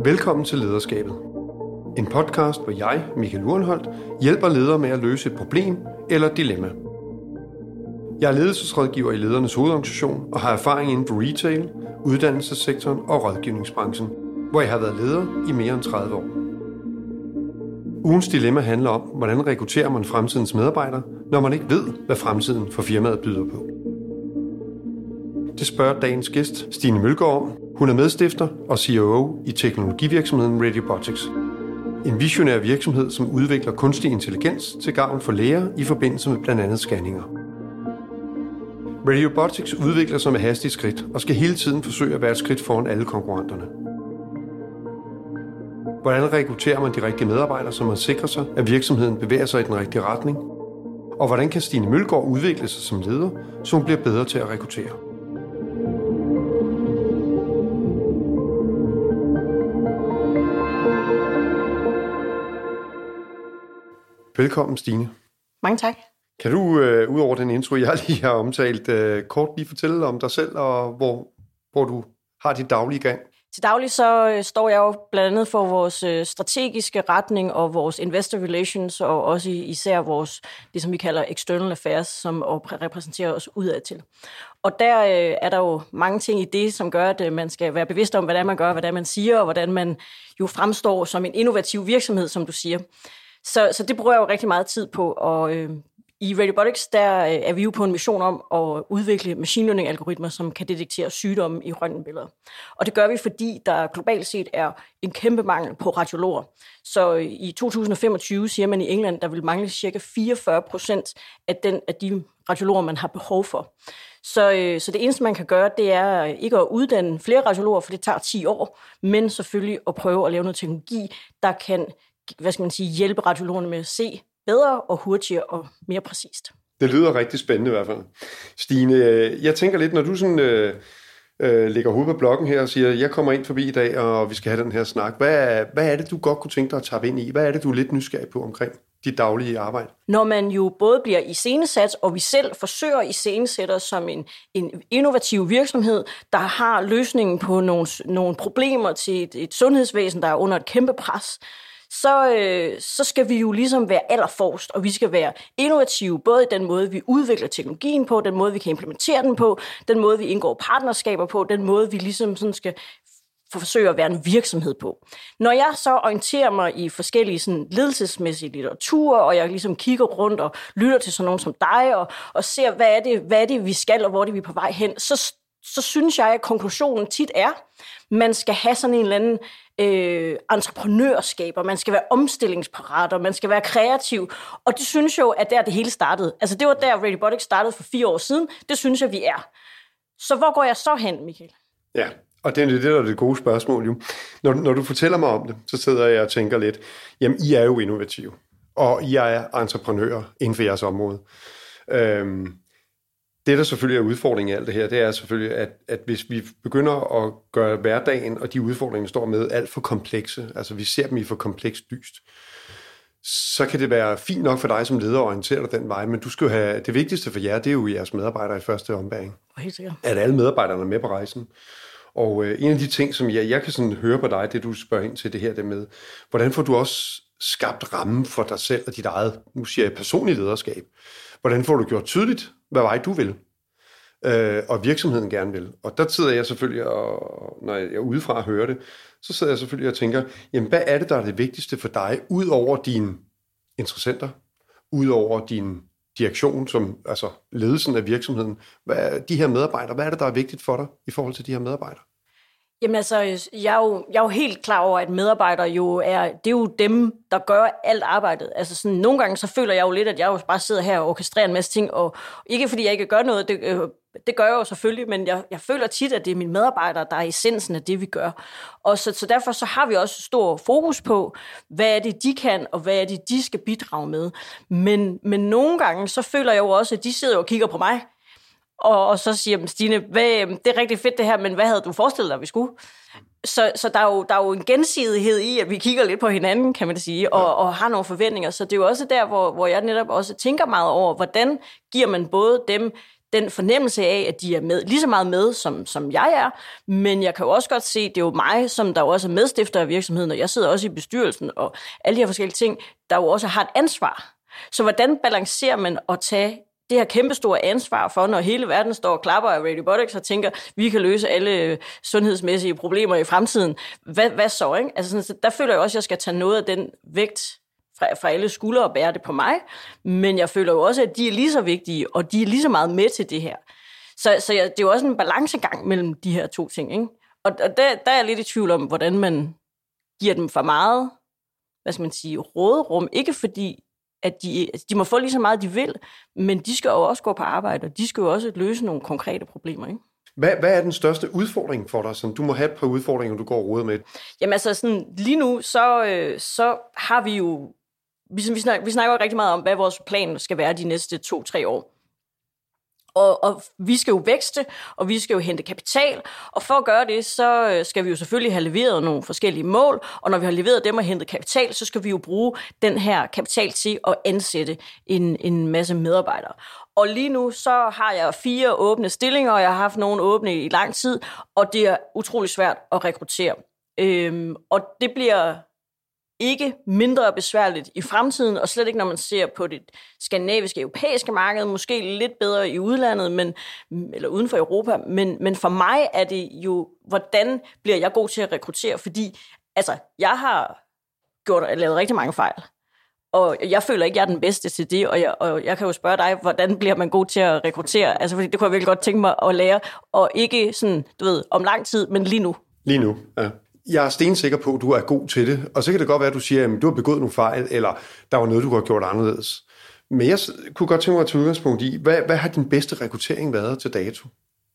Velkommen til Lederskabet. En podcast, hvor jeg, Michael Urenholdt, hjælper ledere med at løse et problem eller et dilemma. Jeg er ledelsesrådgiver i Ledernes Hovedorganisation og har erfaring inden for retail, uddannelsessektoren og rådgivningsbranchen, hvor jeg har været leder i mere end 30 år. Ugens dilemma handler om, hvordan rekrutterer man fremtidens medarbejdere, når man ikke ved, hvad fremtiden for firmaet byder på. Det spørger dagens gæst, Stine Mølgaard, om. Hun er medstifter og COO i teknologivirksomheden Radiobotics. En visionær virksomhed, som udvikler kunstig intelligens til gavn for læger i forbindelse med blandt andet scanninger. Radiobotics udvikler sig med hastige skridt og skal hele tiden forsøge at være et skridt foran alle konkurrenterne. Hvordan rekrutterer man de rigtige medarbejdere, så man sikrer sig, at virksomheden bevæger sig i den rigtige retning? Og hvordan kan Stine Mølgaard udvikle sig som leder, så hun bliver bedre til at rekruttere? Velkommen, Stine. Mange tak. Kan du, ud over den intro, jeg lige har omtalt, kort lige fortælle om dig selv, og hvor du har dit daglige gang? Til daglig så står jeg jo blandt andet for vores strategiske retning og vores investor relations, og også især vores, det som vi kalder external affairs, som repræsenterer os udadtil. Og der er der jo mange ting i det, som gør, at man skal være bevidst om, hvordan man gør, hvordan man siger, og hvordan man jo fremstår som en innovativ virksomhed, som du siger. Så det bruger jeg jo rigtig meget tid på, og i Radiobotics, der er vi jo på en mission om at udvikle machine learning-algoritmer, som kan detektere sygdomme i røntgenbilleder. Og det gør vi, fordi der globalt set er en kæmpe mangel på radiologer. Så i 2025 siger man i England, der vil mangle ca. 44% af de radiologer, man har behov for. Så det eneste, man kan gøre, det er ikke at uddanne flere radiologer, for det tager 10 år, men selvfølgelig at prøve at lave noget teknologi, der kan hjælpe radiologerne med at se bedre og hurtigere og mere præcist. Det lyder rigtig spændende i hvert fald. Stine, jeg tænker lidt, når du sådan lægger hovedet på blokken her og siger, jeg kommer ind forbi i dag, og vi skal have den her snak. Hvad er det, du godt kunne tænke dig at tappe ind i? Hvad er det, du er lidt nysgerrig på omkring dit daglige arbejde? Når man jo både bliver iscenesat, og vi selv forsøger at iscenesætte os som en innovativ virksomhed, der har løsningen på nogle problemer til et sundhedsvæsen, der er under et kæmpe pres, så skal vi jo ligesom være allerforrest, og vi skal være innovative, både i den måde, vi udvikler teknologien på, den måde, vi kan implementere den på, den måde, vi indgår partnerskaber på, den måde, vi ligesom sådan skal forsøge at være en virksomhed på. Når jeg så orienterer mig i forskellige sådan ledelsesmæssige litteraturer, og jeg ligesom kigger rundt og lytter til sådan nogen som dig, og ser, hvad er det, vi skal, og hvor er det, vi er på vej hen, så synes jeg, at konklusionen tit er, man skal have sådan en eller anden entreprenørskab, og man skal være omstillingsparat, og man skal være kreativ. Og det synes jeg jo, at der det hele startede. Altså det var der, Radiobotics startede for 4 år siden. Det synes jeg, vi er. Så hvor går jeg så hen, Michael? Ja, og det er det, der er det gode spørgsmål jo. Når du fortæller mig om det, så sidder jeg og tænker lidt, jamen I er jo innovative, og I er entreprenører inden for jeres område. Det, der selvfølgelig er udfordringen i alt det her, det er selvfølgelig, at hvis vi begynder at gøre hverdagen og de udfordringer, vi står med, alt for komplekse, altså vi ser dem i for komplekst lyst, så kan det være fint nok for dig som leder at orientere dig den vej, men du skal jo have, det vigtigste for jer, det er jo jeres medarbejdere i første ombæring. Helt sikkert. At alle medarbejderne er med på rejsen. Og en af de ting, som jeg kan sådan høre på dig, det du spørger ind til det her, det med, hvordan får du også skabt rammen for dig selv og dit eget, nu siger jeg, personlige lederskab? Hvordan får du gjort tydeligt, hvad vej du vil, og virksomheden gerne vil? Og der sidder jeg selvfølgelig, og når jeg er udefra og hører det, så sidder jeg selvfølgelig og tænker, jamen hvad er det, der er det vigtigste for dig, ud over dine interessenter, ud over din direktion, som altså ledelsen af virksomheden, de her medarbejdere, hvad er det, der er vigtigt for dig i forhold til de her medarbejdere? Jamen altså, jeg er jo helt klar over, at medarbejdere det er jo dem, der gør alt arbejdet. Altså sådan, nogle gange så føler jeg jo lidt, at jeg jo bare sidder her og orkestrerer en masse ting, og ikke fordi jeg ikke gør noget, det gør jeg jo selvfølgelig, men jeg føler tit, at det er mine medarbejdere, der er essensen af det, vi gør. Og så derfor så har vi også stor fokus på, hvad er det, de kan, og hvad er det, de skal bidrage med. Men nogle gange, så føler jeg jo også, at de sidder og kigger på mig, og så siger de, Stine, det er rigtig fedt det her, men hvad havde du forestillet dig, vi skulle? Så der er jo en gensidighed i, at vi kigger lidt på hinanden, kan man sige, og har nogle forventninger. Så det er jo også der, hvor jeg netop også tænker meget over, hvordan giver man både dem den fornemmelse af, at de er med, lige så meget med, som jeg er, men jeg kan jo også godt se, det er jo mig, som der jo også er medstifter af virksomheden, og jeg sidder også i bestyrelsen, og alle de her forskellige ting, der jo også har et ansvar. Så hvordan balancerer man at tage det her kæmpestore ansvar for, når hele verden står og klapper af Radiobotics og tænker, vi kan løse alle sundhedsmæssige problemer i fremtiden. Hvad så, ikke? Altså sådan, så der føler jeg også, at jeg skal tage noget af den vægt fra alle skuldre og bære det på mig, men jeg føler jo også, at de er lige så vigtige, og de er lige så meget med til det her. Så det er jo også en balancegang mellem de her to ting, ikke? Og der er jeg lidt i tvivl om, hvordan man giver dem for meget, hvad skal man sige, råderum. Ikke fordi, at de må få lige så meget, de vil, men de skal jo også gå på arbejde, og de skal jo også løse nogle konkrete problemer, ikke? Hvad er den største udfordring for dig? Sådan, du må have et par udfordringer, du går og roder med. Jamen altså, sådan, lige nu, så har vi jo... Vi snakker jo rigtig meget om, hvad vores plan skal være de næste 2-3 år. Og vi skal jo vækste, og vi skal jo hente kapital, og for at gøre det, så skal vi jo selvfølgelig have leveret nogle forskellige mål, og når vi har leveret dem og hentet kapital, så skal vi jo bruge den her kapital til at ansætte en masse medarbejdere. Og lige nu, så har jeg 4 åbne stillinger, og jeg har haft nogle åbne i lang tid, og det er utrolig svært at rekruttere. Og det bliver ikke mindre besværligt i fremtiden, og slet ikke når man ser på det skandinaviske, europæiske marked, måske lidt bedre i udlandet, eller uden for Europa, men for mig er det jo, hvordan bliver jeg god til at rekruttere, fordi altså, jeg har lavet rigtig mange fejl, og jeg føler ikke, jeg er den bedste til det, og jeg kan jo spørge dig, hvordan bliver man god til at rekruttere, altså fordi det kunne jeg virkelig godt tænke mig at lære, og ikke sådan, du ved, om lang tid, men lige nu. Lige nu, ja. Jeg er stensikker på, at du er god til det, og så kan det godt være, at du siger, at du har begået nogle fejl, eller der var noget, du har gjort anderledes. Men jeg kunne godt tænke mig at tage udgangspunkt i, hvad har din bedste rekruttering været til dato?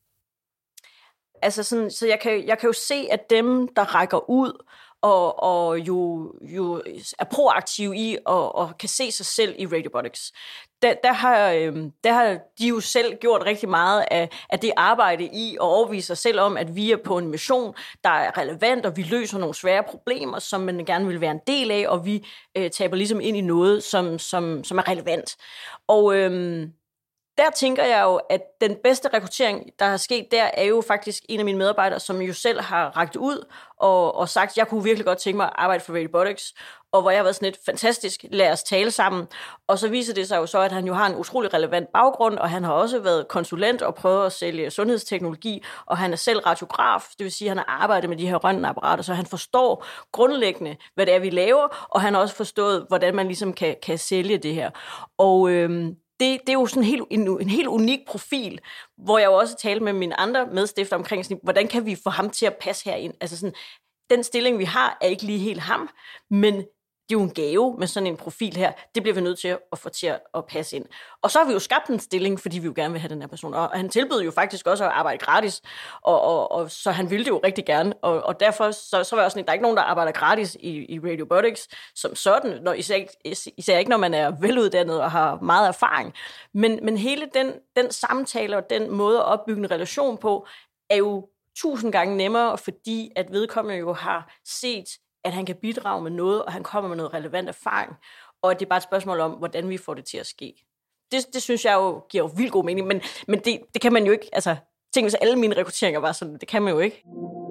Altså sådan, så jeg kan jo se, at dem, der rækker ud, og jo er proaktive i, og kan se sig selv i Radiobotics, der har de jo selv gjort rigtig meget af det arbejde i at overbevise sig selv om, at vi er på en mission, der er relevant, og vi løser nogle svære problemer, som man gerne vil være en del af, og vi taber ligesom ind i noget, som er relevant. Og der tænker jeg jo, at den bedste rekruttering, der har sket der, er jo faktisk en af mine medarbejdere, som jo selv har rakt ud og sagt, at jeg kunne virkelig godt tænke mig at arbejde for Radiobotics, og hvor jeg har været sådan lidt fantastisk, lad os tale sammen. Og så viser det sig jo så, at han jo har en utrolig relevant baggrund, og han har også været konsulent og prøvet at sælge sundhedsteknologi, og han er selv radiograf, det vil sige, at han har arbejdet med de her røntgenapparater, så han forstår grundlæggende, hvad det er, vi laver, og han har også forstået, hvordan man ligesom kan sælge det her. Og det er jo sådan en helt unik profil, hvor jeg jo også talte med mine andre medstifter omkring, sådan, hvordan kan vi få ham til at passe herind? Altså sådan, den stilling, vi har, er ikke lige helt ham, men det er jo en gave med sådan en profil her. Det bliver vi nødt til at få til at passe ind. Og så har vi jo skabt en stilling, fordi vi jo gerne vil have den her person. Og han tilbød jo faktisk også at arbejde gratis, og så han ville det jo rigtig gerne. Og derfor så var jeg sådan, at der er ikke nogen, der arbejder gratis i Radiobotics som sådan, især ikke, når man er veluddannet og har meget erfaring. Men hele den samtale og den måde at opbygge en relation på, er jo 1000 gange nemmere, fordi at vedkommende jo har set, at han kan bidrage med noget, og han kommer med noget relevant erfaring, og at det er bare et spørgsmål om, hvordan vi får det til at ske. Det synes jeg jo giver jo vildt god mening, men det kan man jo ikke, altså, tænk hvis alle mine rekrutteringer var sådan, det kan man jo ikke.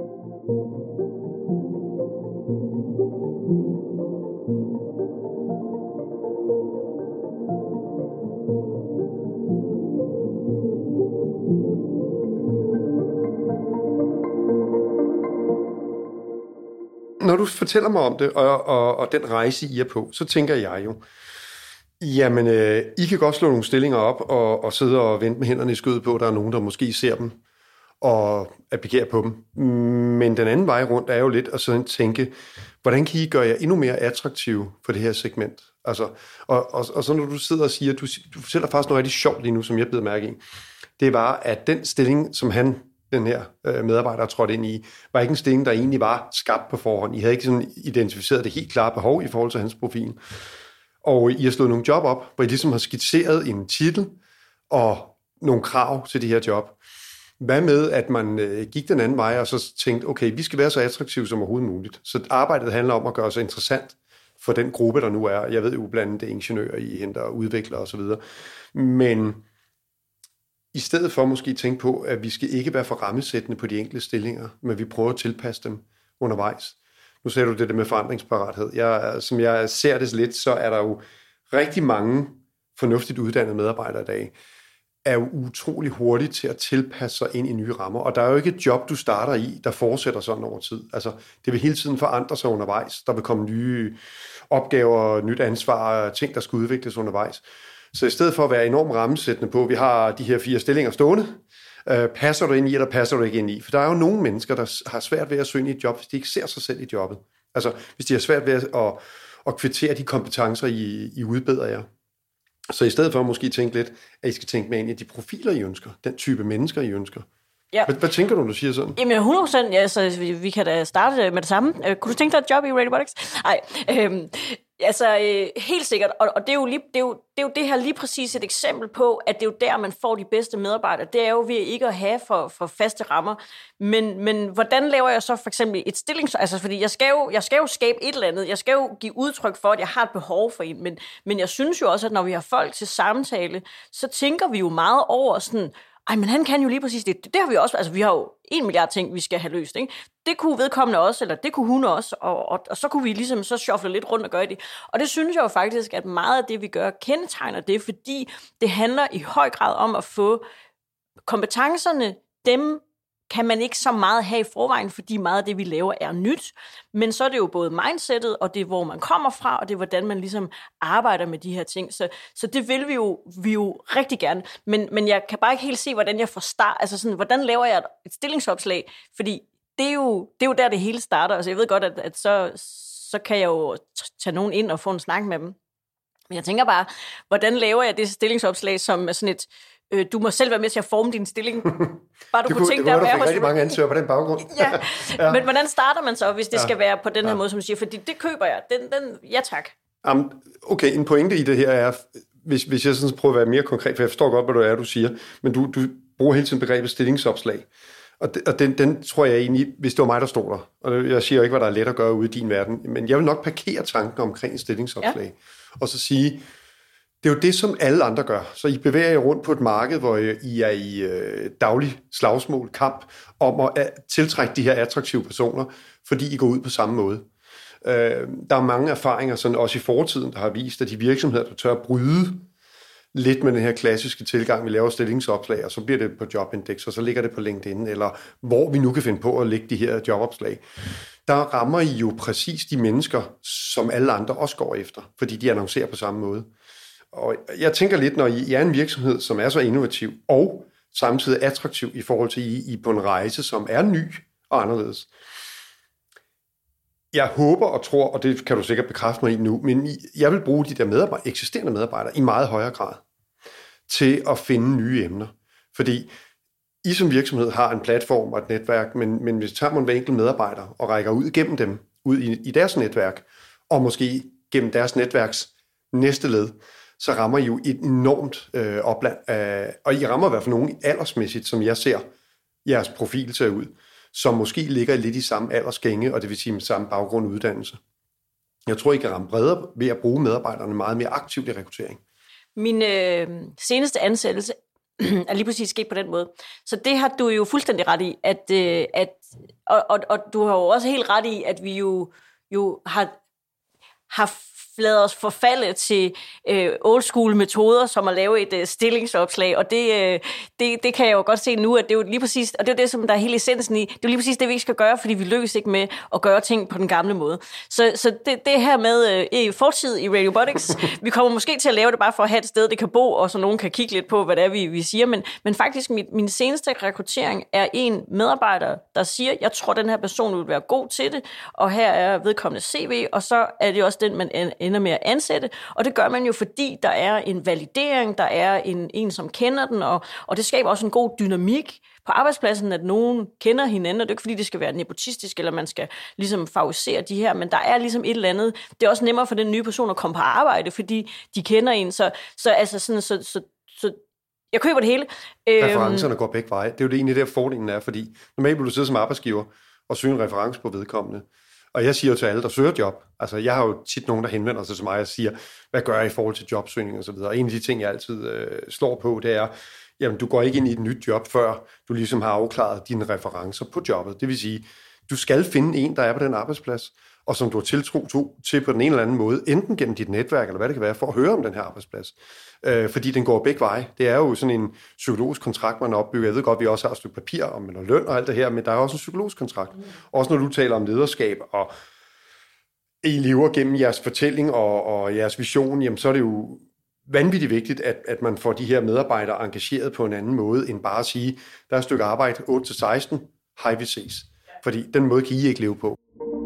Når du fortæller mig om det, og den rejse, I er på, så tænker jeg jo, jamen, I kan godt slå nogle stillinger op, og sidde og vente med hænderne i skødet på, at der er nogen, der måske ser dem, og applikere på dem. Men den anden vej rundt er jo lidt at sådan tænke, hvordan kan I gøre jer endnu mere attraktive for det her segment? Altså, og så når du sidder og siger, du fortæller faktisk noget rigtig sjovt lige nu, som jeg blev mærke i, det var, at den stilling, som den her medarbejder trådte ind i, var ikke en stilling, der egentlig var skabt på forhånd. I havde ikke sådan identificeret det helt klare behov i forhold til hans profil. Og I har slået nogle job op, hvor I ligesom har skitseret en titel og nogle krav til det her job. Hvad med, at man gik den anden vej og så tænkte, okay, vi skal være så attraktive som overhovedet muligt. Så arbejdet handler om at gøre sig interessant for den gruppe, der nu er. Jeg ved jo blandt andet ingeniører, I henter udviklere osv. Men i stedet for måske tænke på, at vi skal ikke være for rammesættende på de enkelte stillinger, men vi prøver at tilpasse dem undervejs. Nu ser du det der med forandringsparathed. Som jeg ser det lidt, så er der jo rigtig mange fornuftigt uddannede medarbejdere i dag, er jo utrolig hurtigt til at tilpasse sig ind i nye rammer. Og der er jo ikke et job, du starter i, der fortsætter sådan over tid. Altså, det vil hele tiden forandre sig undervejs. Der vil komme nye opgaver, nyt ansvar, ting, der skal udvikles undervejs. Så i stedet for at være enormt rammesættende på, at vi har de her 4 stillinger stående, passer du ind i, eller passer du ikke ind i? For der er jo nogle mennesker, der har svært ved at søge ind i et job, hvis de ikke ser sig selv i jobbet. Altså, hvis de har svært ved at kvittere de kompetencer, I udbeder jer. Så i stedet for at måske tænke lidt, at I skal tænke med ind i de profiler, I ønsker, den type mennesker, I ønsker. Ja. Hvad tænker du siger sådan? Jamen 100%, ja, så vi kan da starte med det samme. Kunne du tænke dig et job i Radiobotics? Nej, helt sikkert. Og det er jo det her lige præcis et eksempel på, at det er jo der, man får de bedste medarbejdere. Det er jo ved ikke at have for faste rammer. Men hvordan laver jeg så for eksempel et Altså, fordi jeg skal jo skabe et eller andet. Jeg skal jo give udtryk for, at jeg har et behov for en. Men jeg synes jo også, at når vi har folk til samtale, så tænker vi jo meget over sådan, men han kan jo lige præcis det. Det har vi også. Altså, vi har jo 1 milliard ting, vi skal have løst, ikke? Det kunne vedkommende også, eller det kunne hun også, og så kunne vi ligesom så shuffle lidt rundt og gøre det. Og det synes jeg jo faktisk, at meget af det, vi gør, kendetegner det, fordi det handler i høj grad om at få kompetencerne, dem kan man ikke så meget have i forvejen, fordi meget af det, vi laver, er nyt. Men så er det jo både mindsetet, og det er, hvor man kommer fra, og det er, hvordan man ligesom arbejder med de her ting. Så det vil vi jo rigtig gerne. Men jeg kan bare ikke helt se, hvordan jeg får start. Altså sådan, hvordan laver jeg et stillingsopslag? Fordi det er jo der, det hele starter. Altså jeg ved godt, at så kan jeg jo tage nogen ind og få en snak med dem. Men jeg tænker bare, hvordan laver jeg det stillingsopslag, som er sådan et du må selv være med til at forme din stilling. Bare du kunne tænke dig at være hos rigtig mange ansøgere på den baggrund. Ja. Men hvordan starter man så, hvis det skal være på den her måde, som du siger? Fordi det køber jeg. Ja tak. Okay, en pointe i det her er, hvis jeg sådan prøver at være mere konkret, for jeg forstår godt, hvad du siger, men du bruger hele tiden begrebet stillingsopslag. Og den tror jeg egentlig, hvis det var mig, der stod der, og jeg siger ikke, hvad der er let at gøre ude i din verden, men jeg vil nok parkere tanken omkring et stillingsopslag, og så sige, det er jo det, som alle andre gør. Så I bevæger jer rundt på et marked, hvor I er i daglig slagsmål, kamp, om at tiltrække de her attraktive personer, fordi I går ud på samme måde. Der er mange erfaringer, sådan også i fortiden, der har vist, at de virksomheder, der tør at bryde lidt med den her klassiske tilgang, vi laver stillingsopslag, og så bliver det på Jobindex, og så ligger det på LinkedIn, eller hvor vi nu kan finde på at lægge de her jobopslag. Der rammer I jo præcis de mennesker, som alle andre også går efter, fordi de annoncerer på samme måde. Og jeg tænker lidt, når I er en virksomhed, som er så innovativ og samtidig attraktiv i forhold til I på en rejse, som er ny og anderledes. Jeg håber og tror, og det kan du sikkert bekræfte mig i nu, men jeg vil bruge de der eksisterende medarbejdere i meget højere grad til at finde nye emner. Fordi I som virksomhed har en platform og et netværk, men hvis tager man hver enkelt medarbejder og rækker ud gennem dem, ud i deres netværk, og måske gennem deres netværks næste led, så rammer I jo et enormt opland og I rammer i hvert fald nogen aldersmæssigt, som jeg ser jeres profil ser ud, som måske ligger lidt i samme aldersgænge, og det vil sige med samme baggrund og uddannelse. Jeg tror, I kan ramme bredere ved at bruge medarbejderne meget mere aktivt i rekruttering. Min seneste ansættelse er lige præcis sket på den måde. Så det har du jo fuldstændig ret i, og du har jo også helt ret i, at vi jo har lader os forfalde til old school metoder, som at lave et stillingsopslag, og det kan jeg jo godt se nu, at det er jo lige præcis, og det er det, som der er hele essensen i, det er jo lige præcis det, vi ikke skal gøre, fordi vi lykkes ikke med at gøre ting på den gamle måde. Så det her med fortid i Radiobotics, vi kommer måske til at lave det bare for at have et sted, det kan bo, og så nogen kan kigge lidt på, hvad det er, vi siger, men faktisk min seneste rekruttering er en medarbejder, der siger, jeg tror, den her person vil være god til det, og her er vedkommende CV, og så er det også den, man ender med at ansætte, og det gør man jo, fordi der er en validering, der er en som kender den, og det skaber også en god dynamik på arbejdspladsen, at nogen kender hinanden, og det er ikke fordi, det skal være nepotistisk, eller man skal ligesom favorisere de her, men der er ligesom et eller andet, det er også nemmere for den nye person at komme på arbejde, fordi de kender en, så jeg køber det hele. Referencerne går begge veje. Det er jo det egentlig der fordelen er, fordi normalt vil du sidde som arbejdsgiver og søge en reference på vedkommende. Og jeg siger jo til alle, der søger job, altså jeg har jo tit nogen, der henvender sig til mig og siger, hvad gør jeg i forhold til jobsøgning og så videre. Og en af de ting, jeg altid slår på, det er, jamen du går ikke ind i et nyt job, før du ligesom har afklaret dine referencer på jobbet. Det vil sige, du skal finde en, der er på den arbejdsplads, og som du har tiltro til på den ene eller anden måde, enten gennem dit netværk, eller hvad det kan være, for at høre om den her arbejdsplads. Fordi den går begge veje. Det er jo sådan en psykologisk kontrakt, man opbygger. Jeg ved godt, vi også har et stykke papir om noget løn og alt det her, men der er også en psykologisk kontrakt. Også når du taler om lederskab, og I lever gennem jeres fortælling og jeres vision, jamen så er det jo vanvittigt vigtigt, at man får de her medarbejdere engageret på en anden måde, end bare at sige, der er et stykke arbejde 8-16, hej vi ses. Fordi den måde kan I ikke leve på.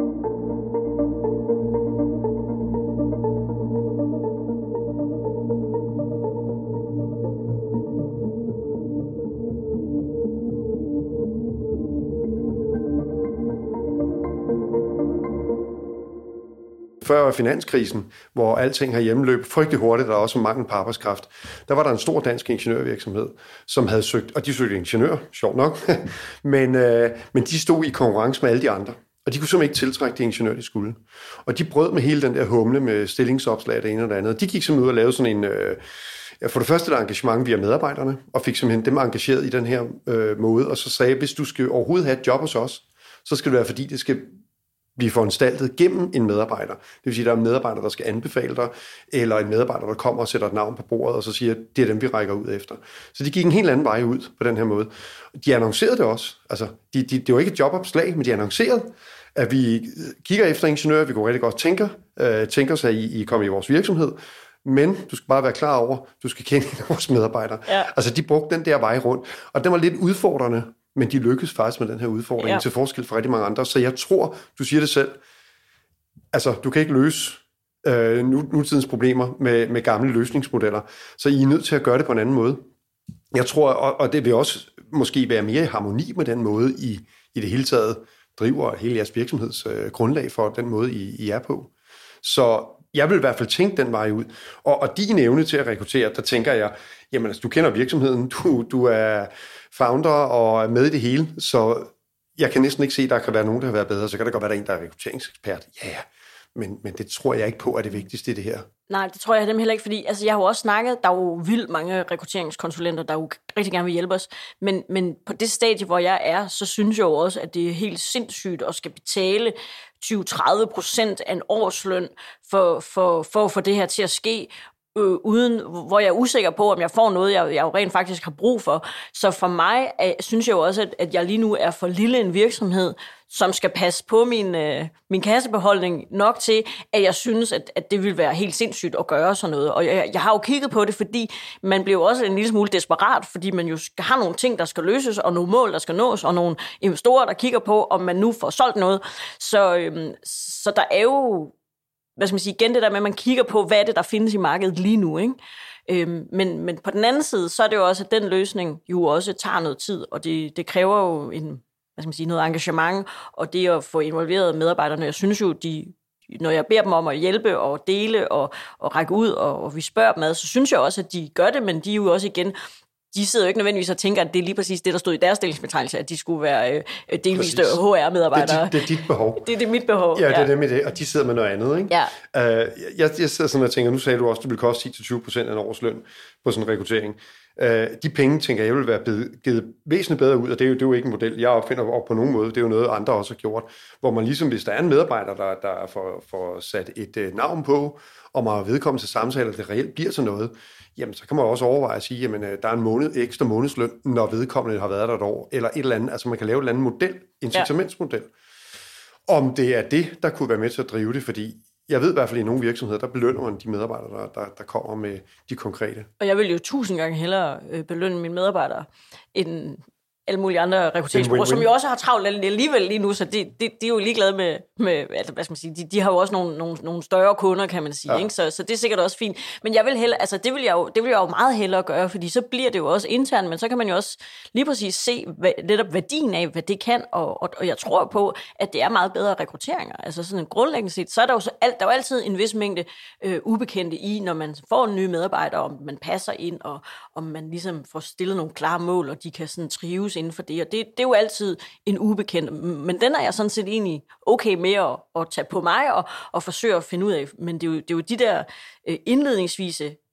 Før finanskrisen, hvor alting har hjemmeløb frygtelig hurtigt, og også mangel på arbejdskraft, der var der en stor dansk ingeniørvirksomhed, som havde søgt, og de søgte ingeniør, sjovt nok, men de stod i konkurrence med alle de andre, og de kunne simpelthen ikke tiltrække de ingeniører, de skulle. Og de brød med hele den der humle med stillingsopslag, det ene og det andet. De gik simpelthen ud og lavede sådan en, for det første der engagement via medarbejderne, og fik simpelthen dem engageret i den her måde, og så sagde, hvis du skal overhovedet have et job hos os, så skal det være, fordi det skal blive foranstaltet gennem en medarbejder. Det vil sige, at der er en medarbejder, der skal anbefale dig, eller en medarbejder, der kommer og sætter et navn på bordet, og så siger, at det er dem, vi rækker ud efter. Så de gik en helt anden vej ud på den her måde. De annoncerede det også. Altså, det var ikke et jobopslag, men de annoncerede, at vi kigger efter ingeniører, vi kunne rigtig godt tænke os, at I kommer i vores virksomhed, men du skal bare være klar over, du skal kende vores medarbejdere. Ja. Altså, de brugte den der vej rundt, og den var lidt udfordrende, men de lykkedes faktisk med den her udfordring til forskel fra rigtig mange andre. Så jeg tror, du siger det selv, altså du kan ikke løse nutidens problemer med gamle løsningsmodeller, så I er nødt til at gøre det på en anden måde. Jeg tror, og det vil også måske være mere i harmoni med den måde, I det hele taget driver hele jeres virksomhedsgrundlag for den måde, I er på. Så jeg vil i hvert fald tænke den vej ud. Og din evne til at rekruttere, der tænker jeg, jamen altså, du kender virksomheden, du er founder og er med i det hele, så jeg kan næsten ikke se, at der kan være nogen, der har været bedre. Så kan der godt være, der er en, der er rekrutteringsekspert. Ja, men det tror jeg ikke på, er det vigtigste i det her. Nej, det tror jeg heller ikke, fordi altså, jeg har jo også snakket, der er jo vildt mange rekrutteringskonsulenter, der jo rigtig gerne vil hjælpe os, men på det stadie, hvor jeg er, så synes jeg jo også, at det er helt sindssygt at skal betale 20-30% af en årsløn for at få det her til at ske, uden, hvor jeg er usikker på, om jeg får noget, jeg jo rent faktisk har brug for. Så for mig synes jeg jo også, at jeg lige nu er for lille en virksomhed, som skal passe på min kassebeholdning nok til, at jeg synes, at det vil være helt sindssygt at gøre sådan noget. Og jeg har jo kigget på det, fordi man bliver også en lille smule desperat, fordi man jo har nogle ting, der skal løses, og nogle mål, der skal nås, og nogle investorer, der kigger på, om man nu får solgt noget. Så der er jo, hvad skal man sige, igen det der med, at man kigger på, hvad er det, der findes i markedet lige nu, ikke? Men på den anden side, så er det jo også, at den løsning jo også tager noget tid, og det kræver jo noget engagement, og det at få involveret medarbejderne. Jeg synes jo, når jeg beder dem om at hjælpe og dele og række ud, og vi spørger dem ad, så synes jeg også, at de gør det, men de er jo også igen, de sidder jo ikke nødvendigvis og tænker, at det er lige præcis det, der stod i deres stillingsbetegnelse, at de skulle være delvist HR-medarbejdere. Det er dit behov. Det er mit behov. Ja, det er det med det, og de sidder med noget andet, ikke? Ja. Jeg sidder sådan og tænker, nu sagde du også, at det vil koste 10-20% af en årsløn på sådan en rekruttering. De penge, tænker jeg, vil være givet væsentligt bedre ud, og det er jo ikke en model, jeg opfinder op på nogen måde. Det er jo noget, andre også har gjort, hvor man ligesom, hvis der er en medarbejder, der får sat et navn på, og man har vedkommet til samtaler, det reelt bliver til noget, jamen så kan man også overveje at sige, jamen der er en ekstra månedsløn, når vedkommende har været der et år, eller et eller andet, altså man kan lave et eller andet model, incitamentsmodel. Om det er det, der kunne være med til at drive det, fordi jeg ved i hvert fald, i nogle virksomheder, der belønner man de medarbejdere, der kommer med de konkrete. Og jeg vil jo 1000 gange hellere belønne mine medarbejdere, end alle mulige andre rekrutteringsbureauer, som jo også har travlt alligevel lige nu, så de er jo ligeglade med altså, hvad skal man sige, de har jo også nogle større kunder, kan man sige, ja. Ikke? Så det er sikkert også fint. Men jeg vil hellere, altså det vil jeg jo meget hellere gøre, fordi så bliver det jo også internt, men så kan man jo også lige præcis se netop værdien af, hvad det kan, og jeg tror på, at det er meget bedre rekrutteringer. Altså sådan en grundlæggende set, så er der jo der er jo altid en vis mængde ubekendte i, når man får en ny medarbejder, om man passer ind, og om man ligesom får stillet nogle klare mål, og de kan sådan trives inden for det, og det er jo altid en ubekendt, men den er jeg sådan set egentlig okay med at tage på mig og forsøge at finde ud af, men det er jo de der indledningsvise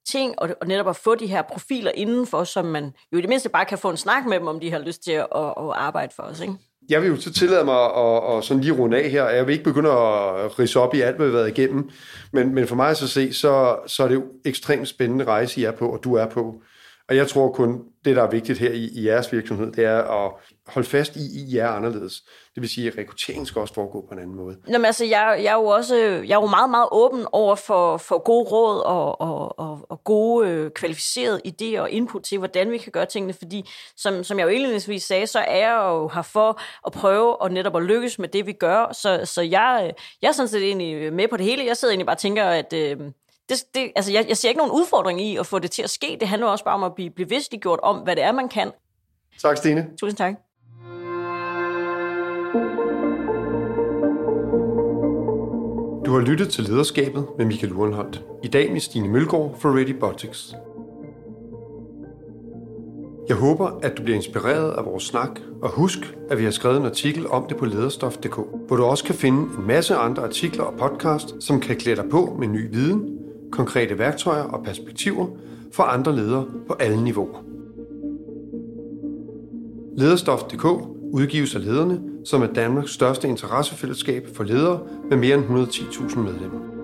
ting, og netop at få de her profiler indenfor, som man jo i det mindste bare kan få en snak med dem, om de har lyst til at arbejde for os, ikke? Jeg vil jo så tillade mig at sådan lige runde af her. Jeg vil ikke begynde at ridse op i alt, hvad vi har været igennem, men for mig så er det jo ekstremt spændende rejse, I er på, og du er på. Og jeg tror kun, det der er vigtigt her i jeres virksomhed, det er at holde fast i er anderledes. Det vil sige, at rekruttering skal også foregå på en anden måde. Jamen altså, jeg er jo meget, meget åben over for gode råd og gode kvalificerede idéer og input til, hvordan vi kan gøre tingene, fordi som jeg jo indledningsvis sagde, så er jeg jo her for at prøve og netop at lykkes med det, vi gør. Så jeg er sådan set egentlig med på det hele. Jeg sidder egentlig bare og tænker, at jeg ser ikke nogen udfordring i at få det til at ske. Det handler også bare om at blive bevidstgjort om, hvad det er, man kan. Tak, Stine. Tusind tak. Du har lyttet til Lederskabet med Michael Urenholdt. I dag med Stine Mølgaard fra Readybotics. Jeg håber, at du bliver inspireret af vores snak, og husk, at vi har skrevet en artikel om det på lederstof.dk, hvor du også kan finde en masse andre artikler og podcast, som kan klæde dig på med ny viden, konkrete værktøjer og perspektiver for andre ledere på alle niveauer. Lederstof.dk udgives af Lederne, som er Danmarks største interessefællesskab for ledere med mere end 110.000 medlemmer.